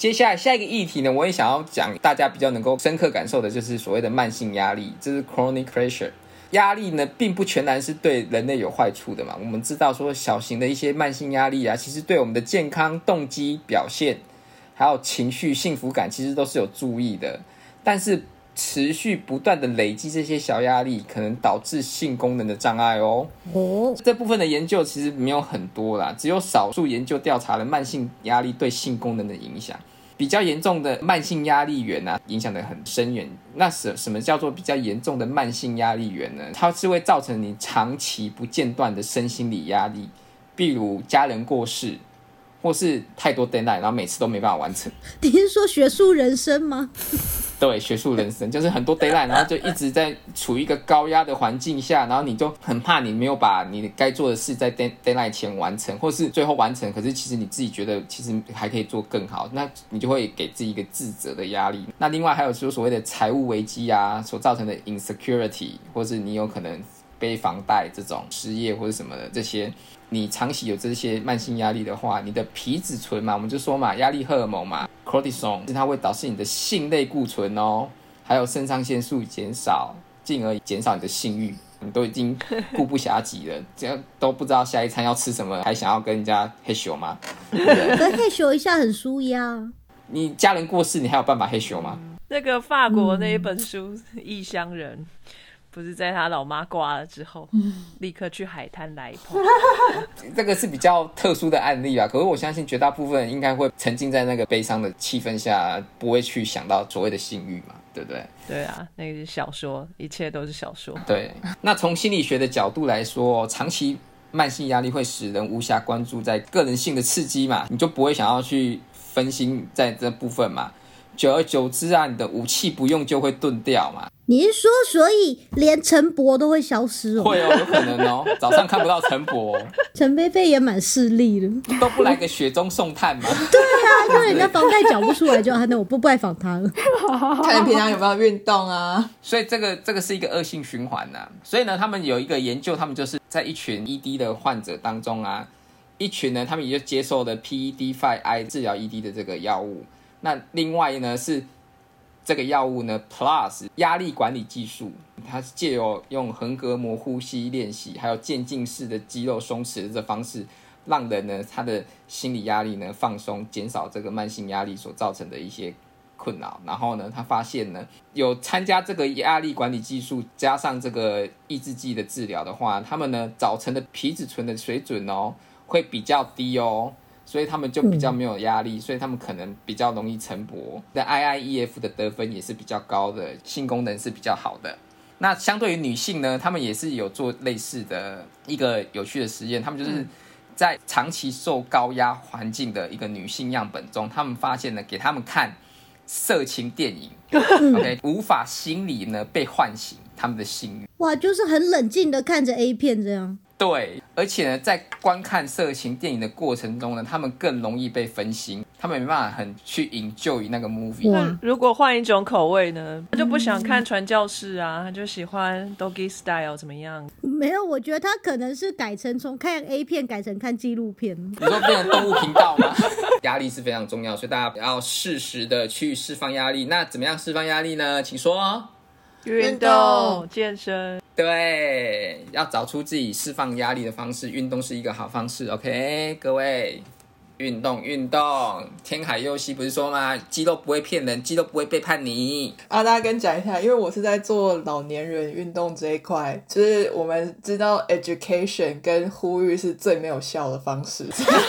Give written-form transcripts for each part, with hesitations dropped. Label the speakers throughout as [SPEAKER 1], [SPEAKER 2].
[SPEAKER 1] 接下来下一个议题呢，我也想要讲大家比较能够深刻感受的，就是所谓的慢性压力，这是 chronic pressure。压力呢，并不全然是对人类有坏处的嘛。我们知道说，小型的一些慢性压力啊，其实对我们的健康、动机、表现，还有情绪、幸福感，其实都是有注意的。但是持续不断的累积这些小压力，可能导致性功能的障碍哦。这部分的研究其实没有很多啦，只有少数研究调查了慢性压力对性功能的影响。比较严重的慢性压力源啊，影响得很深远。那什么叫做比较严重的慢性压力源呢？它是会造成你长期不间断的身心理压力，比如家人过世，或是太多 deadline， 然后每次都没办法完成。
[SPEAKER 2] 你是说学术人生吗？
[SPEAKER 1] 对，学术人生就是很多 deadline， 然后就一直在处于一个高压的环境下，然后你就很怕你没有把你该做的事在 deadline 前完成，或是最后完成，可是其实你自己觉得其实还可以做更好，那你就会给自己一个自责的压力。那另外还有说所谓的财务危机啊所造成的 insecurity， 或是你有可能背房贷这种失业或者什么的，这些你长期有这些慢性压力的话，你的皮质醇嘛，我们就说嘛，压力荷尔蒙嘛 cortisol， 它会导致你的性类固醇哦，还有肾上腺素减少，进而减少你的性欲。你都已经顾不暇及了，这样都不知道下一餐要吃什么，还想要跟人家嘿咻吗？
[SPEAKER 2] 可嘿咻一下很舒压。
[SPEAKER 1] 你家人过世，你还有办法嘿咻吗？
[SPEAKER 3] 那个法国那一本书《异乡人》。不是在他老妈挂了之后，立刻去海滩来一碰。
[SPEAKER 1] 这个是比较特殊的案例啊，可是我相信绝大部分人应该会沉浸在那个悲伤的气氛下，不会去想到所谓的性欲嘛，对不对？
[SPEAKER 3] 对啊，那个是小说，一切都是小说。
[SPEAKER 1] 对，那从心理学的角度来说，长期慢性压力会使人无暇关注在个人性的刺激嘛，你就不会想要去分心在这部分嘛。久而久之啊，你的武器不用就会钝掉嘛。
[SPEAKER 2] 你是说，所以连陈柏都会消失哦？
[SPEAKER 1] 会哦，有可能哦。早上看不到陈柏，
[SPEAKER 2] 陈菲菲也蛮势利的，
[SPEAKER 1] 都不来个雪中送炭嘛。
[SPEAKER 2] 对啊，因为人家房贷缴不出来就好，那我不拜访他了。
[SPEAKER 4] 看你平常有没有运动啊？
[SPEAKER 1] 所以这个是一个恶性循环啊。所以呢，他们有一个研究，他们就是在一群 ED 的患者当中啊，一群呢，他们也就接受了 PED5I 治疗 ED 的这个药物。那另外呢是这个药物呢 Plus 压力管理技术，它是借由用横膈膜呼吸练习，还有渐进式的肌肉松弛的这方式，让人呢他的心理压力呢放松，减少这个慢性压力所造成的一些困扰。然后呢，他发现呢，有参加这个压力管理技术加上这个抑制剂的治疗的话，他们呢早晨的皮质醇的水准哦会比较低哦。所以他们就比较没有压力，所以他们可能比较容易晨勃。的 IIEF 的得分也是比较高的，性功能是比较好的。那相对于女性呢，他们也是有做类似的一个有趣的实验，他们就是在长期受高压环境的一个女性样本中，他们发现呢，给他们看色情电影，OK， 无法心理呢被唤醒他们的性欲。
[SPEAKER 2] 哇，就是很冷静的看着 A 片这样。
[SPEAKER 1] 对，而且呢，在观看色情电影的过程中呢，他们更容易被分心，他们没办法很去enjoy那个 movie。
[SPEAKER 3] 那如果换一种口味呢？他就不想看传教士啊，他就喜欢 doggy style 怎么样？
[SPEAKER 2] 没有，我觉得他可能是改成从看 A 片改成看纪录片。
[SPEAKER 1] 你说变成动物频道吗？压力是非常重要，所以大家要适时的去释放压力。那怎么样释放压力呢？请说。
[SPEAKER 3] 运动、健身。
[SPEAKER 1] 对，要找出自己释放压力的方式，运动是一个好方式。OK， 各位，运动。天海佑希不是说吗？肌肉不会骗人，肌肉不会背叛你。
[SPEAKER 4] 大家跟讲一下，因为我是在做老年人运动这一块，就是我们知道 education 跟呼吁是最没有效的方式。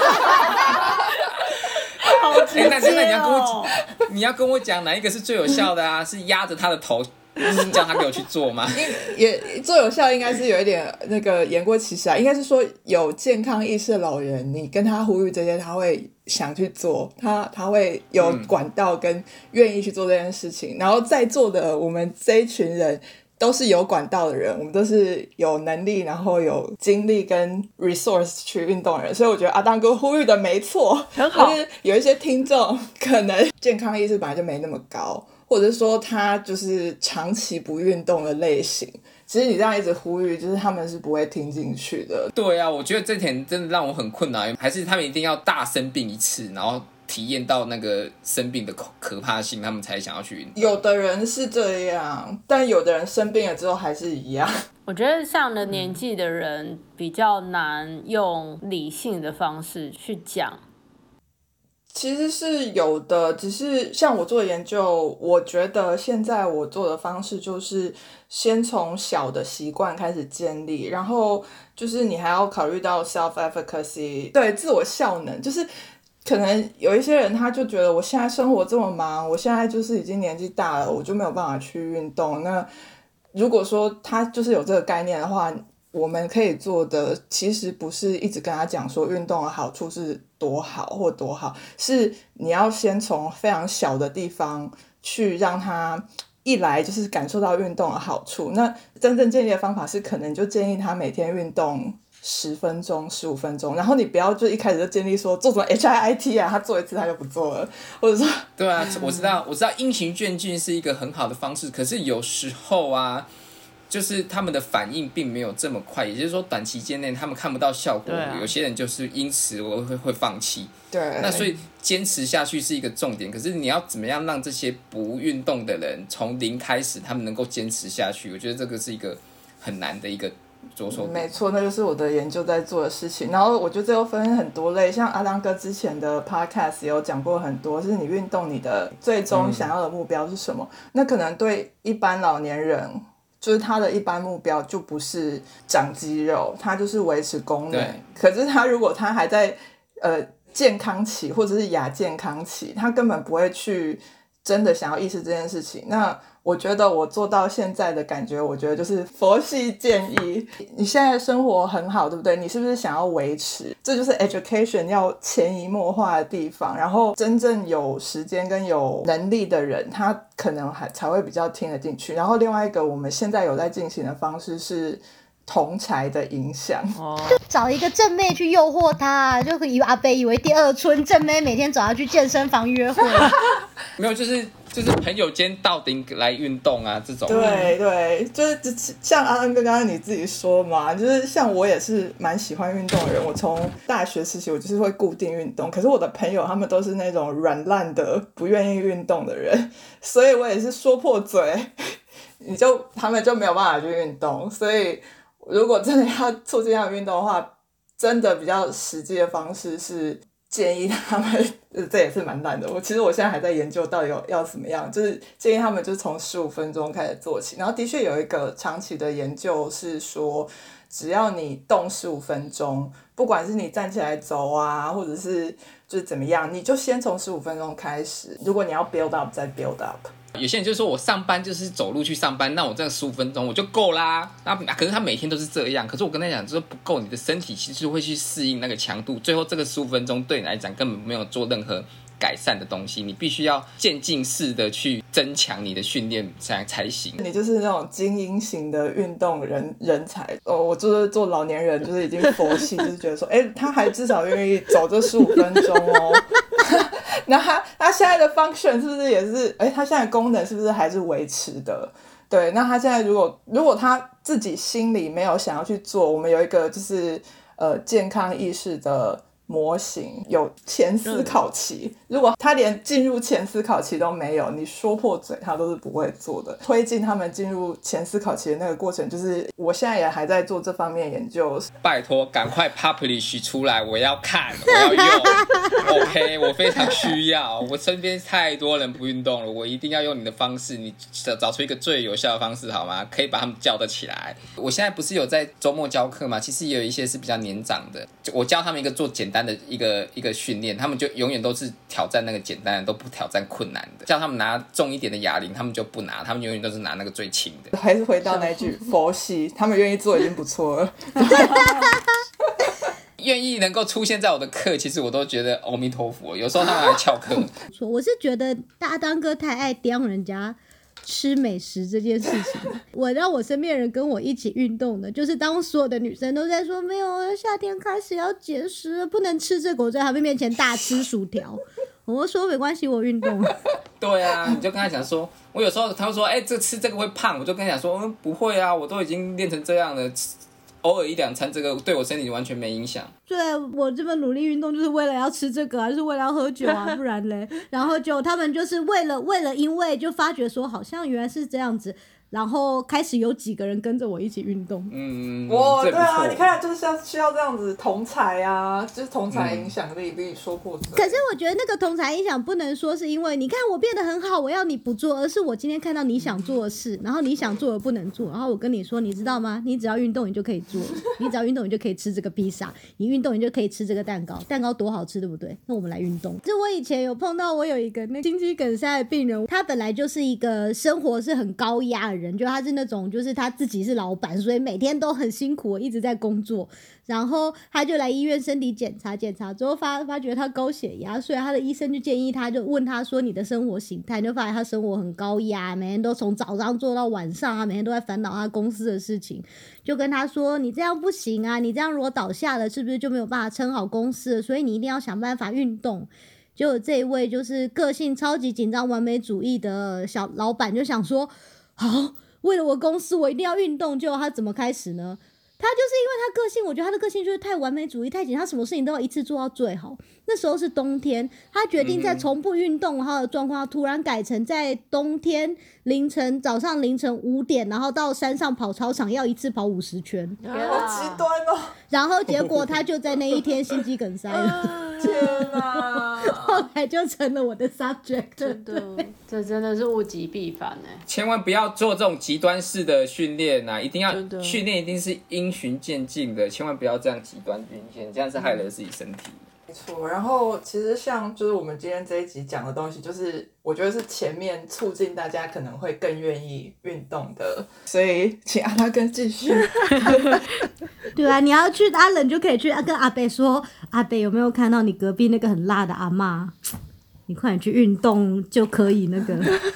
[SPEAKER 3] 好直接哦！
[SPEAKER 1] 那真的你要跟我讲哪一个是最有效的啊？是压着他的头。是叫他给我去做吗？
[SPEAKER 4] 也最有效应该是有一点那个言过其实啊，应该是说有健康意识的老人，你跟他呼吁这些，他会想去做，他会有管道跟愿意去做这件事情。然后在座的我们这一群人都是有管道的人，我们都是有能力，然后有精力跟 resource 去运动的人，所以我觉得阿当哥呼吁的没错，
[SPEAKER 3] 很好。
[SPEAKER 4] 但是有一些听众可能健康意识本来就没那么高。或者说他就是长期不运动的类型，其实你这样一直呼吁，就是他们是不会听进去的。
[SPEAKER 1] 对啊，我觉得这点真的让我很困扰，还是他们一定要大生病一次，然后体验到那个生病的可怕性，他们才想要去运动。
[SPEAKER 4] 有的人是这样，但有的人生病了之后还是一样。
[SPEAKER 5] 我觉得上了年纪的人比较难用理性的方式去讲。
[SPEAKER 4] 其实是有的，只是像我做的研究，我觉得现在我做的方式就是先从小的习惯开始建立，然后就是你还要考虑到 self-efficacy， 对，自我效能，就是可能有一些人他就觉得我现在生活这么忙，我现在就是已经年纪大了，我就没有办法去运动。那如果说他就是有这个概念的话，我们可以做的其实不是一直跟他讲说运动的好处是多好或多好，是你要先从非常小的地方去让他一来就是感受到运动的好处。那真正建立的方法是可能就建议他每天运动10分钟15分钟，然后你不要就一开始就建立说做什么 HIIT 啊，他做一次他就不做了，或者说
[SPEAKER 1] 对啊，我知道因循渐进是一个很好的方式，可是有时候啊就是他们的反应并没有这么快，也就是说短期间内他们看不到效果，有些人就是因此会放弃。
[SPEAKER 4] 对，
[SPEAKER 1] 那所以坚持下去是一个重点，可是你要怎么样让这些不运动的人从零开始，他们能够坚持下去？我觉得这个是一个很难的一个着手点。
[SPEAKER 4] 没错，那就是我的研究在做的事情。然后我觉得这又分很多类，像阿当哥之前的 podcast 也有讲过很多，就是你运动你的最终想要的目标是什么？那可能对一般老年人。就是他的一般目标就不是长肌肉，他就是维持功能。可是他如果他还在健康期或者是亚健康期，他根本不会去真的想要意识这件事情。那我觉得我做到现在的感觉，我觉得就是佛系建议，你现在生活很好，对不对？你是不是想要维持？这就是 education 要潜移默化的地方。然后真正有时间跟有能力的人，他可能才会比较听得进去。然后另外一个我们现在有在进行的方式是同侪的影响，
[SPEAKER 2] 就找一个正妹去诱惑他，就阿北以为第二春正妹每天找他去健身房约会，
[SPEAKER 1] 没有就是朋友间到顶来运动啊这种。
[SPEAKER 4] 对对，就是像阿恩哥刚刚你自己说嘛，就是像我也是蛮喜欢运动的人，我从大学时期我就是会固定运动，可是我的朋友他们都是那种软烂的不愿意运动的人，所以我也是说破嘴他们就没有办法去运动。所以如果真的要促进他们运动的话，真的比较实际的方式是建议他们这也是蛮烂的，其实我现在还在研究到底要怎么样，就是建议他们就从15分钟开始做起。然后的确有一个长期的研究是说，只要你动15分钟，不管是你站起来走啊，或者是就是怎么样，你就先从15分钟开始，如果你要 build up 再 build up。
[SPEAKER 1] 有些人就说我上班就是走路去上班，那我这样15分钟我就够啦。可是他每天都是这样，可是我跟他讲，就是不够，你的身体其实会去适应那个强度，最后这个15分钟对你来讲根本没有做任何改善的东西，你必须要渐进式的去增强你的训练才行。
[SPEAKER 4] 你就是那种精英型的运动人才我就是做老年人，就是已经佛系，就是觉得说，他还至少愿意走这15分钟哦。那他现在的 function 是不是也是他现在的功能是不是还是维持的？对，那他现在如果他自己心里没有想要去做，我们有一个就是健康意识的模型，有前思考期，如果他连进入前思考期都没有，你说破嘴他都是不会做的。推进他们进入前思考期的那个过程，就是我现在也还在做这方面研究。
[SPEAKER 1] 拜托赶快 publish 出来，我要看我要用OK 我非常需要，我身边太多人不运动了，我一定要用你的方式，你找出一个最有效的方式好吗？可以把他们叫得起来。我现在不是有在周末教课吗？其实也有一些是比较年长的，我教他们一个做简单的一个训练，他们就永远都是挑战那个简单的，都不挑战困难的。叫他们拿重一点的哑铃，他们就不拿，他们永远都是拿那个最轻的。
[SPEAKER 4] 还是回到那句佛系，他们愿意做已经不错了。
[SPEAKER 1] 愿意能够出现在我的课，其实我都觉得阿弥陀佛。有时候他们还翘课。
[SPEAKER 2] 我是觉得大当哥太爱刁人家吃美食这件事情，我让我身边的人跟我一起运动的，就是当所有的女生都在说没有夏天开始要节食，不能吃这个，我在他们面前大吃薯条，我说没关系，我运动。
[SPEAKER 1] 对啊，你就跟他讲说，我有时候他会说，吃这个会胖，我就跟他讲说，不会啊，我都已经练成这样了。 偶尔1-2餐，这个对我身体完全没影响。
[SPEAKER 2] 对，我这么努力运动就是为了要吃这个啊，就是为了要喝酒啊，不然嘞。然后就他们就是因为就发觉说好像原来是这样子，然后开始有几个人跟着我一起运动。
[SPEAKER 4] 对啊，你看就是需要这样子同侪啊，就是同侪影响力比说破嘴。
[SPEAKER 2] 可是我觉得那个同侪影响不能说是因为你看我变得很好，我要你不做，而是我今天看到你想做的事，然后你想做的不能做，然后我跟你说，你知道吗？你只要运动你就可以做，你只要运动你就可以吃这个披萨，你运动你就可以吃这个蛋糕，蛋糕多好吃，对不对？那我们来运动。就我以前有碰到我有一个那心肌梗塞的病人，他本来就是一个生活是很高压的人，就他是那种就是他自己是老板，所以每天都很辛苦，一直在工作。然后他就来医院身体检查之后发觉他高血压，所以他的医生就建议他，就问他说你的生活形态，就发现他生活很高压，每天都从早上做到晚上啊，每天都在烦恼他公司的事情，就跟他说你这样不行啊，你这样如果倒下了是不是就没有办法撑好公司了，所以你一定要想办法运动。结果这一位就是个性超级紧张完美主义的小老板就想说好，为了我公司我一定要运动。结果他怎么开始呢？他就是因为他个性，我觉得他的个性就是太完美主义太紧，他什么事情都要一次做到最好。那时候是冬天，他决定在从不运动然后的状况突然改成在冬天早上凌晨5点，然后到山上跑操场要一次跑50圈，
[SPEAKER 4] 好极端哦。
[SPEAKER 2] 然后结果他就在那一天心肌梗塞了。
[SPEAKER 4] 天哪！
[SPEAKER 2] 后来就成了我的 subject。
[SPEAKER 5] 真的，这真的是物极必反
[SPEAKER 1] 千万不要做这种极端式的训练啊！一定要训练，一定是因循渐进的，千万不要这样极端运线，这样是害了自己身体。
[SPEAKER 4] 没错，然后其实像就是我们今天这一集讲的东西，就是我觉得是前面促进大家可能会更愿意运动的，所以请阿拉根继续。
[SPEAKER 2] 对啊，你要去阿冷就可以去跟阿北说，阿北有没有看到你隔壁那个很辣的阿嬷？你快点去运动就可以那个。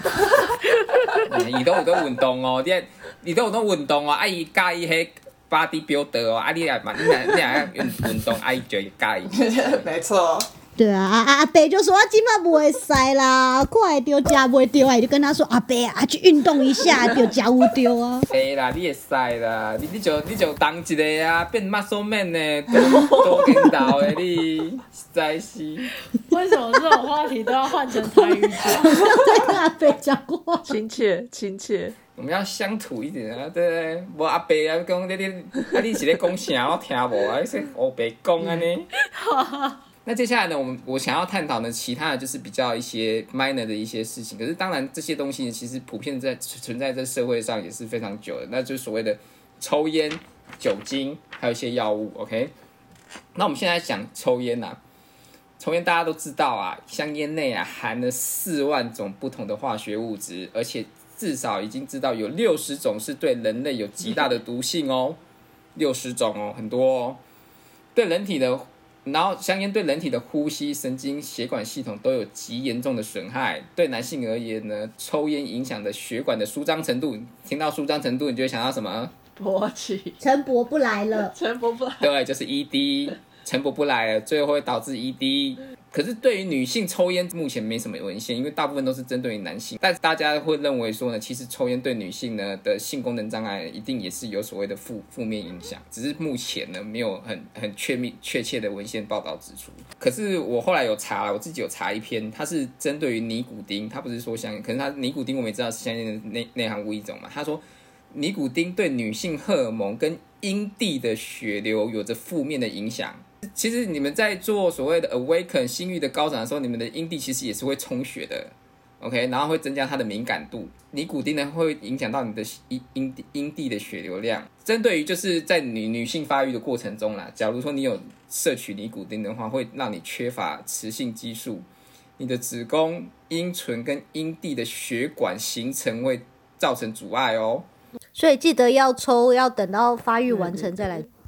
[SPEAKER 1] 伊都有在运动哦，你都有在运动哦，啊伊介意迄body builder哦，啊你也运动，啊伊就会介意。
[SPEAKER 4] 没错。
[SPEAKER 2] 对啊，阿伯就说我今晚不会塞啦，看会丢加不会丢啊，就跟他说阿伯啊，去运动一下，丢加有丢啊。
[SPEAKER 1] 会啦，你会塞啦，你就当一个啊，变 muscle man 呢，多筋道的你，实在是。
[SPEAKER 5] 为什么这种话题都要换成台语讲？
[SPEAKER 2] 在跟阿伯讲话，
[SPEAKER 3] 亲切。
[SPEAKER 1] 我们要乡土一点啊，对不对？无阿伯啊讲你是咧讲啥？我听无啊，说黑白讲安尼。那接下来呢，我想要探讨呢，其他的就是比较一些 minor 的一些事情。可是当然这些东西呢，其实普遍存在在社会上也是非常久的，那就是所谓的抽烟、酒精，还有一些药物。OK， 那我们现在讲抽烟啊，抽烟大家都知道啊，香烟内啊含了4万种不同的化学物质，而且至少已经知道有60种是对人类有极大的毒性哦，60种哦，很多哦，对人体的。然后香烟对人体的呼吸、神经、血管系统都有极严重的损害。对男性而言呢，抽烟影响的血管的舒张程度，听到舒张程度，你就会想到什么？
[SPEAKER 5] 勃起。
[SPEAKER 2] 陈伯不来了，
[SPEAKER 1] 对，就是 ED， 陈伯不来了，最后会导致 ED。可是对于女性抽烟目前没什么文献，因为大部分都是针对于男性。但大家会认为说呢，其实抽烟对女性呢的性功能障碍一定也是有所谓的负面影响，只是目前呢没有很确切的文献报道指出。可是我后来有查了，我自己有查一篇，它是针对于尼古丁，它不是说香烟，可是它尼古丁我们也知道是香烟的内含物一种嘛。他说尼古丁对女性荷尔蒙跟阴蒂的血流有着负面的影响。其实你们在做所谓的 awaken 性欲的高涨的时候，你们的阴蒂其实也是会充血的 ，OK， 然后会增加它的敏感度。尼古丁呢会影响到你的阴蒂的血流量。针对于就是在女性发育的过程中啦，假如说你有摄取尼古丁的话，会让你缺乏雌性激素，你的子宫、阴唇跟阴蒂的血管形成会造成阻碍哦。
[SPEAKER 2] 所以记得要抽，要等到发育完成再来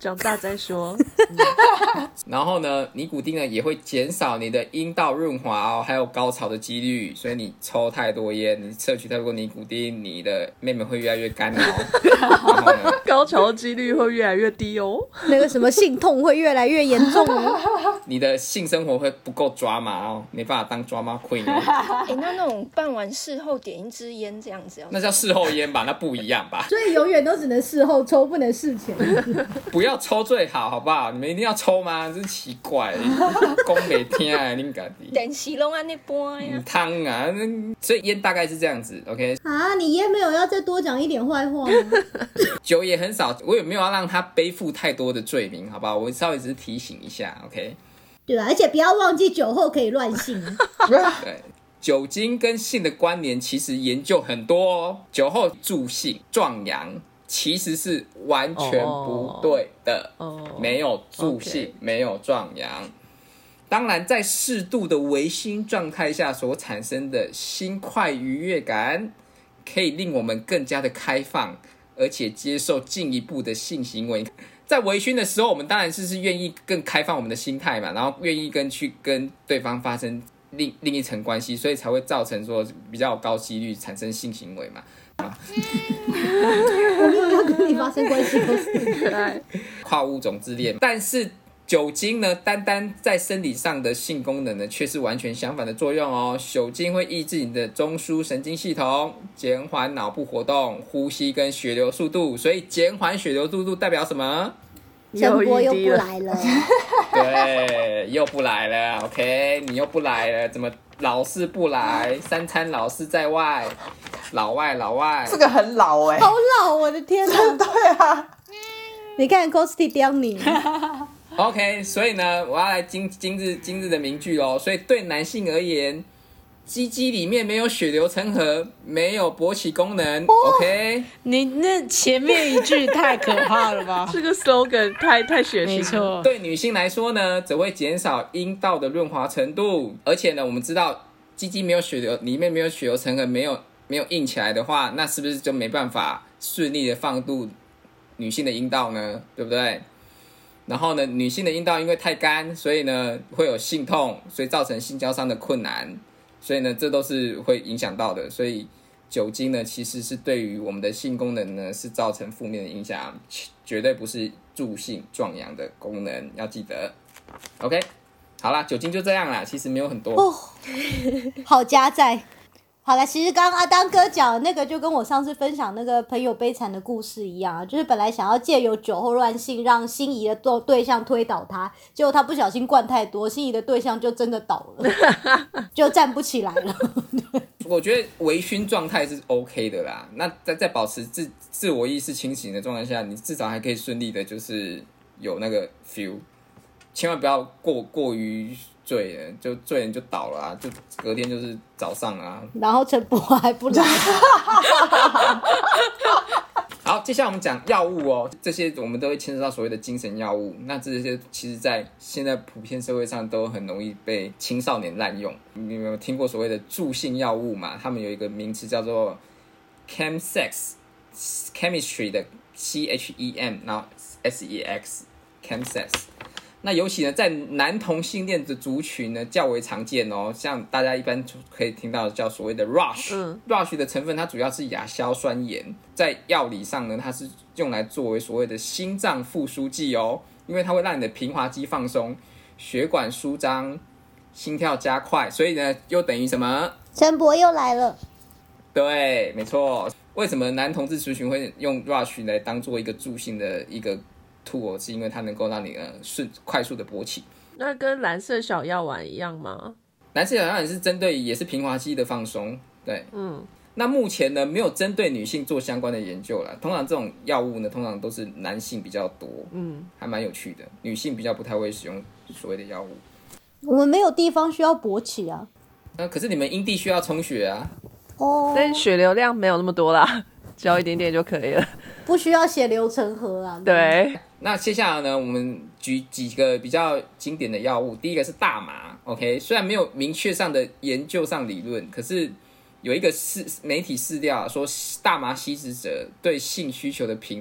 [SPEAKER 3] 长大再说。
[SPEAKER 1] 然后呢，尼古丁呢也会减少你的阴道润滑哦，还有高潮的几率。所以你抽太多烟，你摄取太多尼古丁，你的妹妹会越来越干哦。然后呢，
[SPEAKER 3] 高潮的几率会越来越低哦。
[SPEAKER 2] 那个什么性痛会越来越严重哦。
[SPEAKER 1] 你的性生活会不够抓马哦，没办法当抓马 queen 哦。
[SPEAKER 6] 那种办完事后点一支烟这样子，
[SPEAKER 1] 那叫事后烟吧，那不一样吧？
[SPEAKER 2] 所以永远都只能事后抽，不能事前。
[SPEAKER 1] 不要抽最好，好不好？你们一定要抽吗？真奇怪，讲没听啊，你家己。
[SPEAKER 6] 电视拢安尼播呀。
[SPEAKER 1] 汤啊，所以烟大概是这样子 ，OK。
[SPEAKER 2] 啊，你烟没有要再多讲一点坏话吗？
[SPEAKER 1] 酒也很少，我也没有要让他背负太多的罪名，好不好？我稍微只是提醒一下 ，OK。
[SPEAKER 2] 对啊，而且不要忘记酒后可以乱性。
[SPEAKER 1] 对，酒精跟性的关联其实研究很多哦。酒后助性壮阳其实是完全不对的，没有助性，
[SPEAKER 3] OK
[SPEAKER 1] 没有壮阳。当然，在适度的微醺状态下所产生的心快愉悦感，可以令我们更加的开放，而且接受进一步的性行为。在微醺的时候，我们当然是愿意更开放我们的心态嘛，然后愿意去跟对方发生另一层关系，所以才会造成说比较有高几率产生性行为嘛。
[SPEAKER 2] 我没有要跟你发生关系，
[SPEAKER 3] 可爱。
[SPEAKER 1] 跨物种之恋，但是酒精呢，单单在生理上的性功能呢，却是完全相反的作用哦。酒精会抑制你的中枢神经系统，减缓脑部活动、呼吸跟血流速度。所以减缓血流速度代表什么？
[SPEAKER 2] 陈博又不来了。
[SPEAKER 1] 对，又不来了。OK， 你又不来了，怎么老是不来？三餐老是在外，老外。
[SPEAKER 4] 这个很老哎、
[SPEAKER 2] 好老，我的天哪！
[SPEAKER 4] 对啊，
[SPEAKER 2] 你看 Costy 刁你。
[SPEAKER 1] OK， 所以呢，我要来今日的名句哦。所以对男性而言，鸡鸡里面没有血流成河，没有勃起功能。OK，
[SPEAKER 5] 你那前面一句太可怕了吧？
[SPEAKER 3] 这个 slogan 太血腥了。
[SPEAKER 5] 没错，
[SPEAKER 1] 对女性来说呢，则会减少阴道的润滑程度，而且呢，我们知道鸡鸡没有血流，里面没有血流成河，没有硬起来的话，那是不是就没办法顺利的放入女性的阴道呢？对不对？然后呢，女性的阴道因为太干，所以呢会有性痛，所以造成性交上的困难，所以呢这都是会影响到的。所以酒精呢其实是对于我们的性功能呢是造成负面的影响，绝对不是助性壮阳的功能，要记得。OK， 好啦，酒精就这样啦，其实没有很多。
[SPEAKER 2] 哦，好加在。好了，其实刚刚阿当哥讲的那个就跟我上次分享那个朋友悲惨的故事一样，就是本来想要借由酒后乱性让心仪的对象推倒他，结果他不小心灌太多，心仪的对象就真的倒了，就站不起来了。
[SPEAKER 1] 我觉得微醺状态是 OK 的啦，那在保持自我意识清醒的状态下，你至少还可以顺利的，就是有那个 feel， 千万不要过于醉了，就醉人就倒了啊，就隔天就是早上啊。
[SPEAKER 2] 然后陈博还不来。
[SPEAKER 1] 好，接下来我们讲药物哦，这些我们都会牵涉到所谓的精神药物。那这些其实在现在普遍社会上都很容易被青少年滥用。你有没有听过所谓的助性药物嘛？他们有一个名词叫做 chemsex，chemistry 的 CHEM， 然后 SEX，chemsex。那尤其呢，在男同性恋的族群呢较为常见哦，像大家一般可以听到的叫所谓的 Rush，Rush 的成分它主要是亚硝酸盐，在药理上呢，它是用来作为所谓的心脏复苏剂哦，因为它会让你的平滑肌放松，血管舒张，心跳加快，所以呢，又等于什么？
[SPEAKER 2] 陈博又来了。
[SPEAKER 1] 对，没错。为什么男同志族群会用 Rush 来当做一个助性的一个tool，是因为它能够让你快速的勃起。
[SPEAKER 3] 那跟蓝色小药丸一样吗？
[SPEAKER 1] 蓝色小药丸是针对也是平滑肌的放松，对，那目前呢没有针对女性做相关的研究啦。通常这种药物呢，通常都是男性比较多，还蛮有趣的。女性比较不太会使用所谓的药物。
[SPEAKER 2] 我们没有地方需要勃起啊。
[SPEAKER 1] 可是你们阴蒂需要充血啊。
[SPEAKER 2] 哦，
[SPEAKER 3] 但血流量没有那么多啦，只要一点点就可以了。
[SPEAKER 2] 不需要血流成河啊。
[SPEAKER 3] 对。
[SPEAKER 1] 那接下来呢，我们举几个比较经典的药物。第一个是大麻 ，OK， 虽然没有明确上的研究上理论，可是有一个媒体试调说，大麻吸食者对性需求的频率跟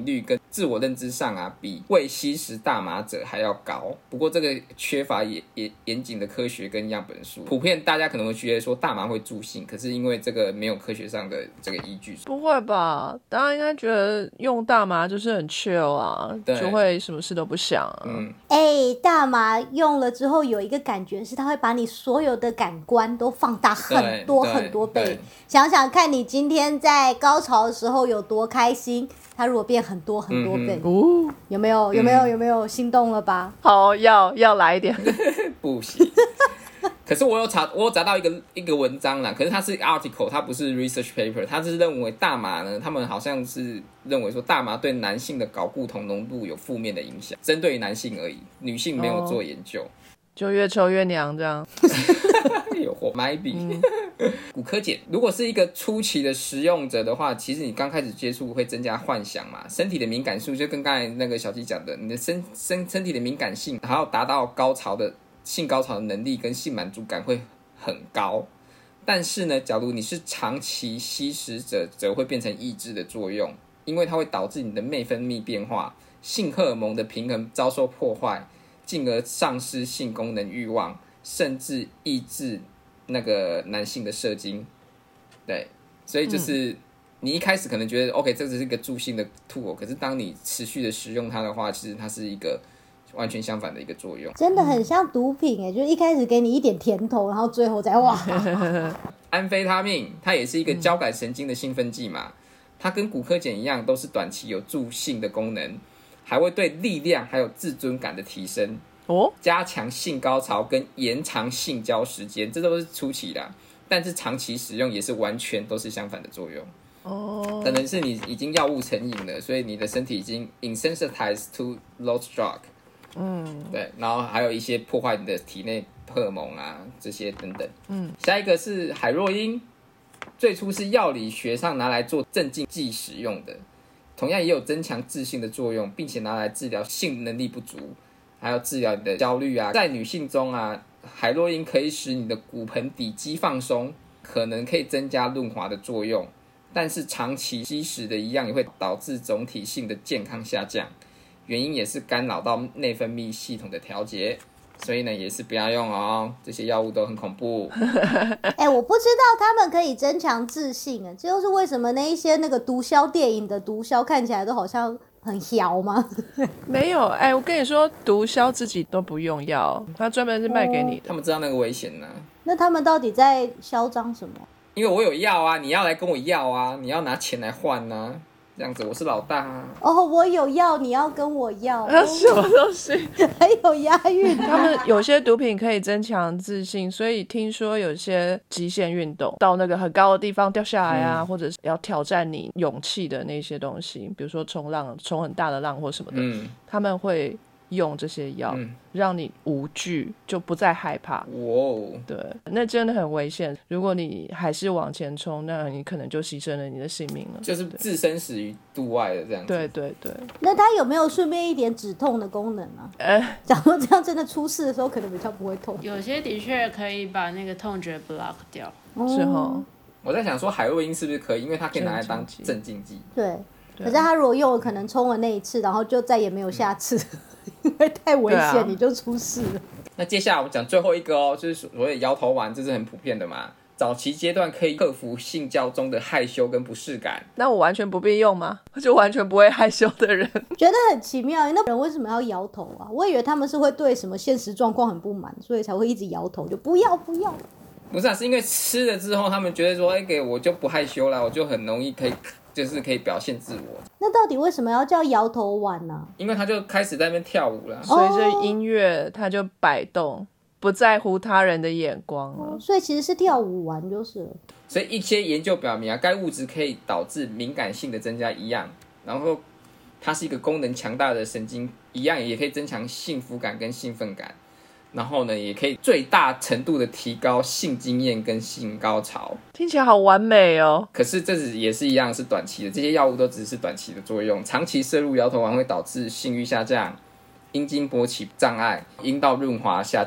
[SPEAKER 1] 自我认知上啊，比未吸食大麻者还要高。不过这个缺乏严谨的科学跟样本数，普遍大家可能会觉得说大麻会助兴，可是因为这个没有科学上的这个依据。
[SPEAKER 3] 不会吧？大家应该觉得用大麻就是很 chill 啊，就会什么事都不想啊。
[SPEAKER 2] 大麻用了之后有一个感觉是它会把你所有的感官都放大很多很多倍。想想看你今天在高潮的时候有多开心，它如果变很多很多倍，有没有心动了吧？
[SPEAKER 3] 好，要来一点。
[SPEAKER 1] 不行。可是我有找到一个文章啦，可是它是 article， 它不是 research paper， 它是认为大麻呢，他们好像是认为说大麻对男性的睾固酮浓度有负面的影响，针对于男性而已，女性没有做研究。
[SPEAKER 3] 就越抽越娘这样。
[SPEAKER 1] 有火 maybe。骨科碱如果是一个初期的食用者的话，其实你刚开始接触会增加幻想嘛，身体的敏感数就跟刚才那个小鸡讲的，你的身体的敏感性还要达到性高潮的能力跟性满足感会很高。但是呢，假如你是长期吸食者，则会变成抑制的作用，因为它会导致你的内分泌变化，性荷尔蒙的平衡遭受破坏，进而丧失性功能欲望，甚至抑制那个男性的射精。对，所以就是你一开始可能觉得 OK 这只是一个助兴的 tool， 可是当你持续的使用它的话，其实它是一个完全相反的一个作用。
[SPEAKER 2] 真的很像毒品就是一开始给你一点甜头，然后最后再哇。
[SPEAKER 1] 安非他命它也是一个交感神经的兴奋剂嘛，它跟骨科碱一样，都是短期有助兴的功能，还会对力量还有自尊感的提升，加强性高潮跟延长性交时间，这都是初期的，但是长期使用也是完全都是相反的作用。可能是你已经药物成瘾了，所以你的身体已经 insensitized to those drug。对，然后还有一些破坏你的体内荷尔蒙啊，这些等等。下一个是海洛因，最初是药理学上拿来做镇静剂使用的，同样也有增强自信的作用，并且拿来治疗性能力不足，还有治疗你的焦虑啊。在女性中啊，海洛因可以使你的骨盆底肌放松，可能可以增加润滑的作用，但是长期吸食的一样也会导致总体性的健康下降，原因也是干扰到内分泌系统的调节，所以呢也是不要用哦，这些药物都很恐怖。
[SPEAKER 2] 我不知道他们可以增强自信这就是为什么那一些那个毒枭电影的毒枭看起来都好像很摇吗？
[SPEAKER 3] 没有，我跟你说，毒枭自己都不用药，他专门是卖给你的。
[SPEAKER 1] 他们知道那个危险
[SPEAKER 2] 那他们到底在嚣张什么？
[SPEAKER 1] 因为我有药啊，你要来跟我要啊，你要拿钱来换啊，这样子我是老大啊。
[SPEAKER 2] 我有药，你要跟我要。
[SPEAKER 3] 什么东西？
[SPEAKER 2] 还有押韵。
[SPEAKER 3] 他们有些毒品可以增强自信，所以听说有些极限运动，到那个很高的地方掉下来啊，或者是要挑战你勇气的那些东西，比如说冲浪，冲很大的浪或什么的，他们会用这些药，让你无惧，就不再害怕。对，那真的很危险。如果你还是往前冲，那你可能就牺牲了你的性命了。
[SPEAKER 1] 就是置身死于度外的这样子。
[SPEAKER 3] 对。
[SPEAKER 2] 那它有没有顺便一点止痛的功能啊？假如这样真的出事的时候，可能比较不会痛。
[SPEAKER 5] 有些的确可以把那个痛觉 block 掉。
[SPEAKER 3] 是齁。
[SPEAKER 1] 我在想说海洛因是不是可以，因为它可以拿来当镇静剂。
[SPEAKER 2] 对。可是他如果用了，可能冲了那一次，然后就再也没有下次，因为太危险，你就出事了。
[SPEAKER 1] 那接下来我们讲最后一个就是所谓的摇头丸，这是很普遍的嘛。早期阶段可以克服性交中的害羞跟不适感。
[SPEAKER 3] 那我完全不必用吗？就完全不会害羞的人，
[SPEAKER 2] 觉得很奇妙。那人为什么要摇头啊？我以为他们是会对什么现实状况很不满，所以才会一直摇头，就不要。
[SPEAKER 1] 不是是因为吃了之后，他们觉得说，我就不害羞了，我就很容易可以表现自我。
[SPEAKER 2] 那到底为什么要叫摇头丸呢？
[SPEAKER 1] 因为他就开始在那边跳舞了，
[SPEAKER 3] 随着音乐他就摆动，不在乎他人的眼光了。
[SPEAKER 2] 所以其实是跳舞丸就是了。
[SPEAKER 1] 所以一些研究表明该物质可以导致敏感性的增加一样，然后它是一个功能强大的神经，一样也可以增强幸福感跟兴奋感。然后呢，也可以最大程度的提高性经验跟性高潮。
[SPEAKER 3] 听起来好完美哦。
[SPEAKER 1] 可是这也是一样是短期的，这些药物都只是短期的作用。长期摄入摇头丸会导致性欲下降、阴茎勃起障碍、阴道润滑下降，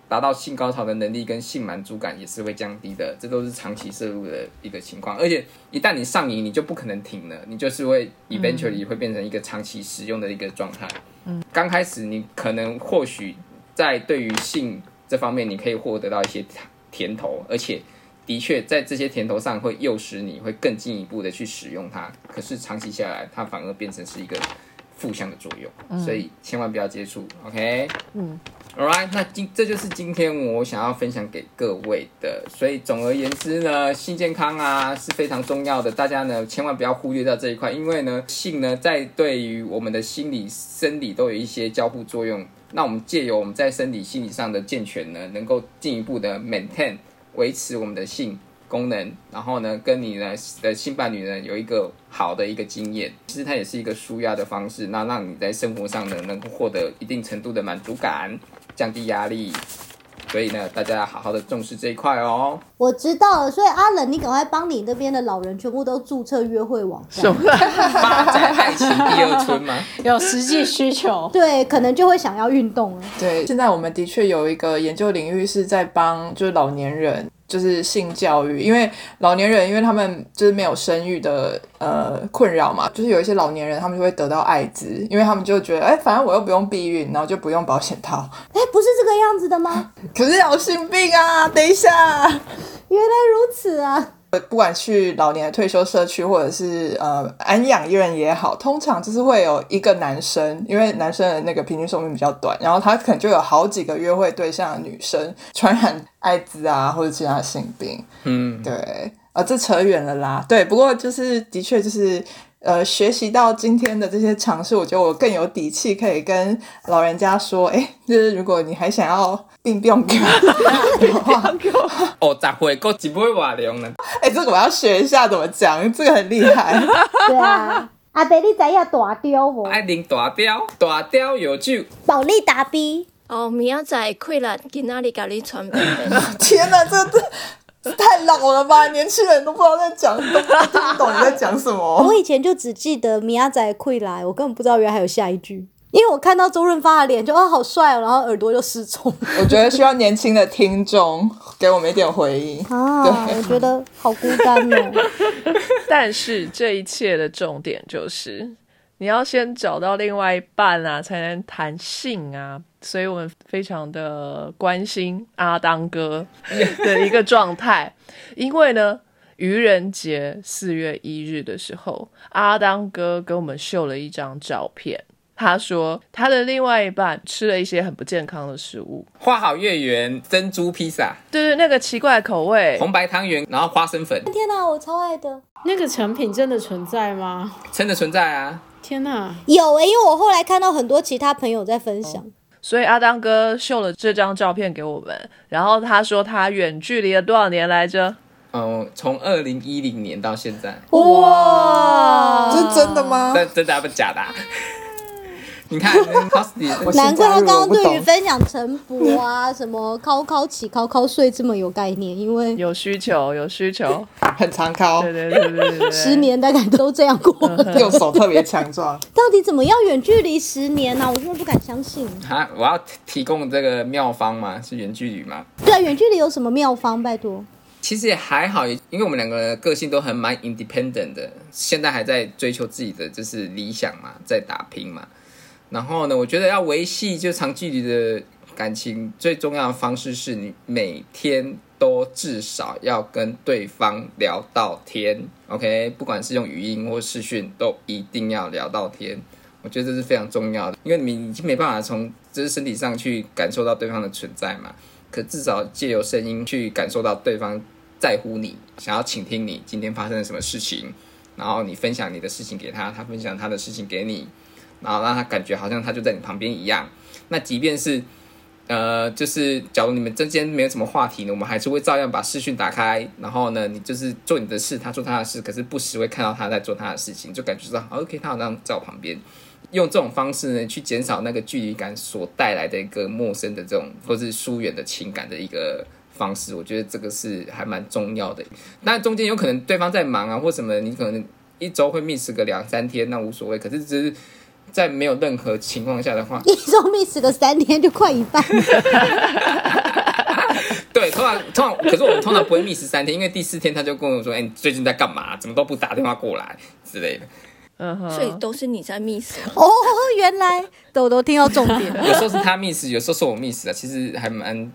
[SPEAKER 1] 达到性高潮的能力跟性满足感也是会降低的，这都是长期摄入的一个情况。而且一旦你上瘾，你就不可能停了，你就是会 eventually 会变成一个长期使用的一个状态。刚开始你可能或许在对于性这方面你可以获得到一些甜头，而且的确在这些甜头上会诱使你会更进一步的去使用它，可是长期下来它反而变成是一个负向的作用，所以千万不要接触 OK。 Alright， 那这就是今天我想要分享给各位的。所以总而言之呢，性健康啊是非常重要的，大家呢千万不要忽略到这一块，因为呢性呢在对于我们的心理生理都有一些交互作用，那我们借由我们在生理心理上的健全呢，能够进一步的 maintain 维持我们的性功能，然后呢跟你的性伴侣呢有一个好的一个经验，其实它也是一个抒压的方式，那让你在生活上呢能够获得一定程度的满足感，降低压力。所以呢大家要好好的重视这一块哦。
[SPEAKER 2] 我知道了，所以阿冷，你赶快帮你那边的老人全部都注册约会网站，
[SPEAKER 1] 发展爱情第二春吗？
[SPEAKER 5] 有实际需求。
[SPEAKER 2] 对，可能就会想要运动了。
[SPEAKER 4] 对，现在我们的确有一个研究领域是在帮就是老年人就是性教育，因为老年人因为他们就是没有生育的困扰嘛，就是有一些老年人他们就会得到艾滋，因为他们就觉得反正我又不用避孕，然后就不用保险套，
[SPEAKER 2] 不是这个样子的吗？
[SPEAKER 4] 可是有性病啊，等一下，
[SPEAKER 2] 原来如此啊。
[SPEAKER 4] 不管去老年的退休社区或者是安养院也好，通常就是会有一个男生，因为男生的那个平均寿命比较短，然后他可能就有好几个约会对象的女生传染艾滋啊或者其他性病。对，这扯远了啦。对，不过就是的确就是学习到今天的这些尝试，我觉得我更有底气可以跟老人家说，就是如果你还想要并不用给我话
[SPEAKER 1] ，50岁还一尾活量呢。
[SPEAKER 4] 这个我要学一下怎么讲，这个很厉害。
[SPEAKER 2] 对啊，阿伯你知影大雕无？
[SPEAKER 1] 爱啉大雕，大雕有酒，
[SPEAKER 2] 保利达 B。
[SPEAKER 6] 明仔载开了，今仔日甲你传便便。
[SPEAKER 4] 天哪，这太老了吧！年轻人都不知道在讲，都听不懂你在讲什么。
[SPEAKER 2] 我以前就只记得米亚仔溃来，我根本不知道原来还有下一句。因为我看到周润发的脸就好帅哦，然后耳朵就失聪。
[SPEAKER 4] 我觉得需要年轻的听众给我们一点回应
[SPEAKER 2] 啊！我觉得好孤单哦。
[SPEAKER 3] 但是这一切的重点就是你要先找到另外一半啊，才能谈性啊。所以我们非常的关心阿当哥的一个状态，因为呢愚人节4月1日的时候，阿当哥跟我们秀了一张照片，他说他的另外一半吃了一些很不健康的食物，
[SPEAKER 1] 花好月圆珍珠披萨，
[SPEAKER 3] 对，那个奇怪的口味，
[SPEAKER 1] 红白汤圆，然后花生粉。
[SPEAKER 2] 天哪，我超爱的。
[SPEAKER 5] 那个成品真的存在吗？
[SPEAKER 1] 真的存在啊！
[SPEAKER 5] 天哪，
[SPEAKER 2] 有因为我后来看到很多其他朋友在分享。
[SPEAKER 3] 所以阿当哥秀了这张照片给我们，然后他说他远距离了多少年来着？
[SPEAKER 1] 从2010年到现在。
[SPEAKER 2] 哇，
[SPEAKER 4] 这是真的吗？
[SPEAKER 1] 真的不假的你看
[SPEAKER 2] 难怪他刚刚对于分享晨勃啊什么考起考睡这么有概念，因为
[SPEAKER 3] 有需求
[SPEAKER 4] 很常考，
[SPEAKER 3] 对
[SPEAKER 2] 10年大概都这样过了。
[SPEAKER 4] 右手特别强壮。
[SPEAKER 2] 到底怎么样远距离10年啊？我真的不敢相信。
[SPEAKER 1] 我要提供这个妙方嘛，是远距离嘛？
[SPEAKER 2] 对啊，远距离有什么妙方？拜托。
[SPEAKER 1] 其实也还好，因为我们两个个性都很蛮 independent 的，现在还在追求自己的就是理想嘛，在打拼嘛。然后呢，我觉得要维系就长距离的感情，最重要的方式是你每天都至少要跟对方聊到天 ，OK？ 不管是用语音或视讯，都一定要聊到天。我觉得这是非常重要的，因为你已经没办法从就是身体上去感受到对方的存在嘛，可至少借由声音去感受到对方在乎你，想要倾听你今天发生了什么事情，然后你分享你的事情给他，他分享他的事情给你。然后让他感觉好像他就在你旁边一样。那即便是就是假如你们之间没有什么话题呢，我们还是会照样把视讯打开，然后呢你就是做你的事，他做他的事，可是不时会看到他在做他的事情，就感觉到 OK 他好像在我旁边。用这种方式呢去减少那个距离感所带来的一个陌生的这种或是疏远的情感的一个方式，我觉得这个是还蛮重要的。那中间有可能对方在忙啊或什么，你可能一周会 miss 个2-3天，那无所谓，可是只是在没有任何情况下的话，
[SPEAKER 2] 你说 miss 个3天就快一半
[SPEAKER 1] 对，通常，可是我们通常不会 miss 3天，因为第4天他就跟我说：“你最近在干嘛？怎么都不打电话过来之类的。”
[SPEAKER 6] 所以都是你在 miss
[SPEAKER 2] 哦，原来豆豆听到重点
[SPEAKER 1] 有时候是他 miss， 有时候是我 miss 啊，其实还蛮